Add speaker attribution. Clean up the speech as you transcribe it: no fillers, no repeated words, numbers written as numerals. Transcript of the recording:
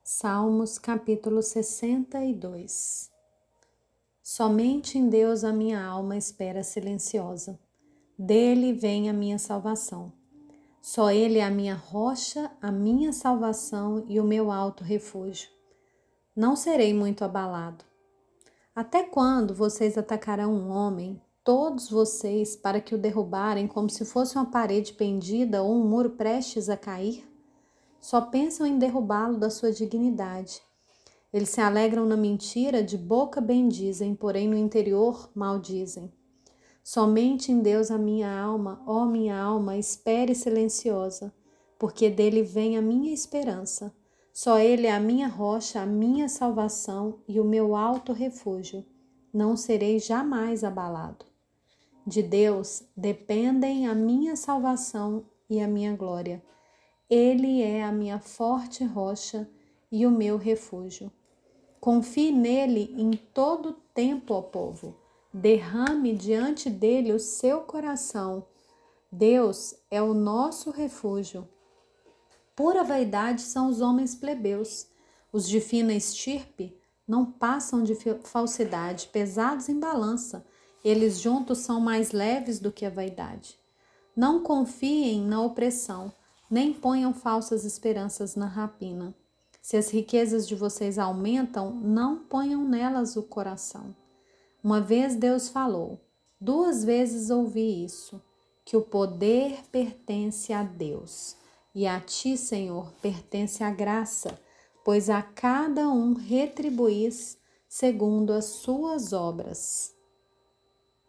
Speaker 1: Salmos capítulo 62. Somente em Deus a minha alma espera silenciosa. Dele vem a minha salvação. Só Ele é a minha rocha, a minha salvação e o meu alto refúgio. Não serei muito abalado. Até quando vocês atacarão um homem, todos vocês, para que o derrubarem como se fosse uma parede pendida ou um muro prestes a cair? Só pensam em derrubá-lo da sua dignidade. Eles se alegram na mentira, de boca bendizem, porém no interior maldizem. Somente em Deus a minha alma, ó minha alma, espere silenciosa, porque dele vem a minha esperança. Só Ele é a minha rocha, a minha salvação e o meu alto refúgio. Não serei jamais abalado. De Deus dependem a minha salvação e a minha glória. Ele é a minha forte rocha e o meu refúgio. Confie nele em todo tempo, ó povo. Derrame diante dele o seu coração. Deus é o nosso refúgio. Pura vaidade são os homens plebeus. Os de fina estirpe não passam de falsidade, pesados em balança. Eles juntos são mais leves do que a vaidade. Não confiem na opressão, nem ponham falsas esperanças na rapina. Se as riquezas de vocês aumentam, não ponham nelas o coração. Uma vez Deus falou, 2 vezes ouvi isso, que o poder pertence a Deus, e a ti, Senhor, pertence a graça, pois a cada um retribuís segundo as suas obras.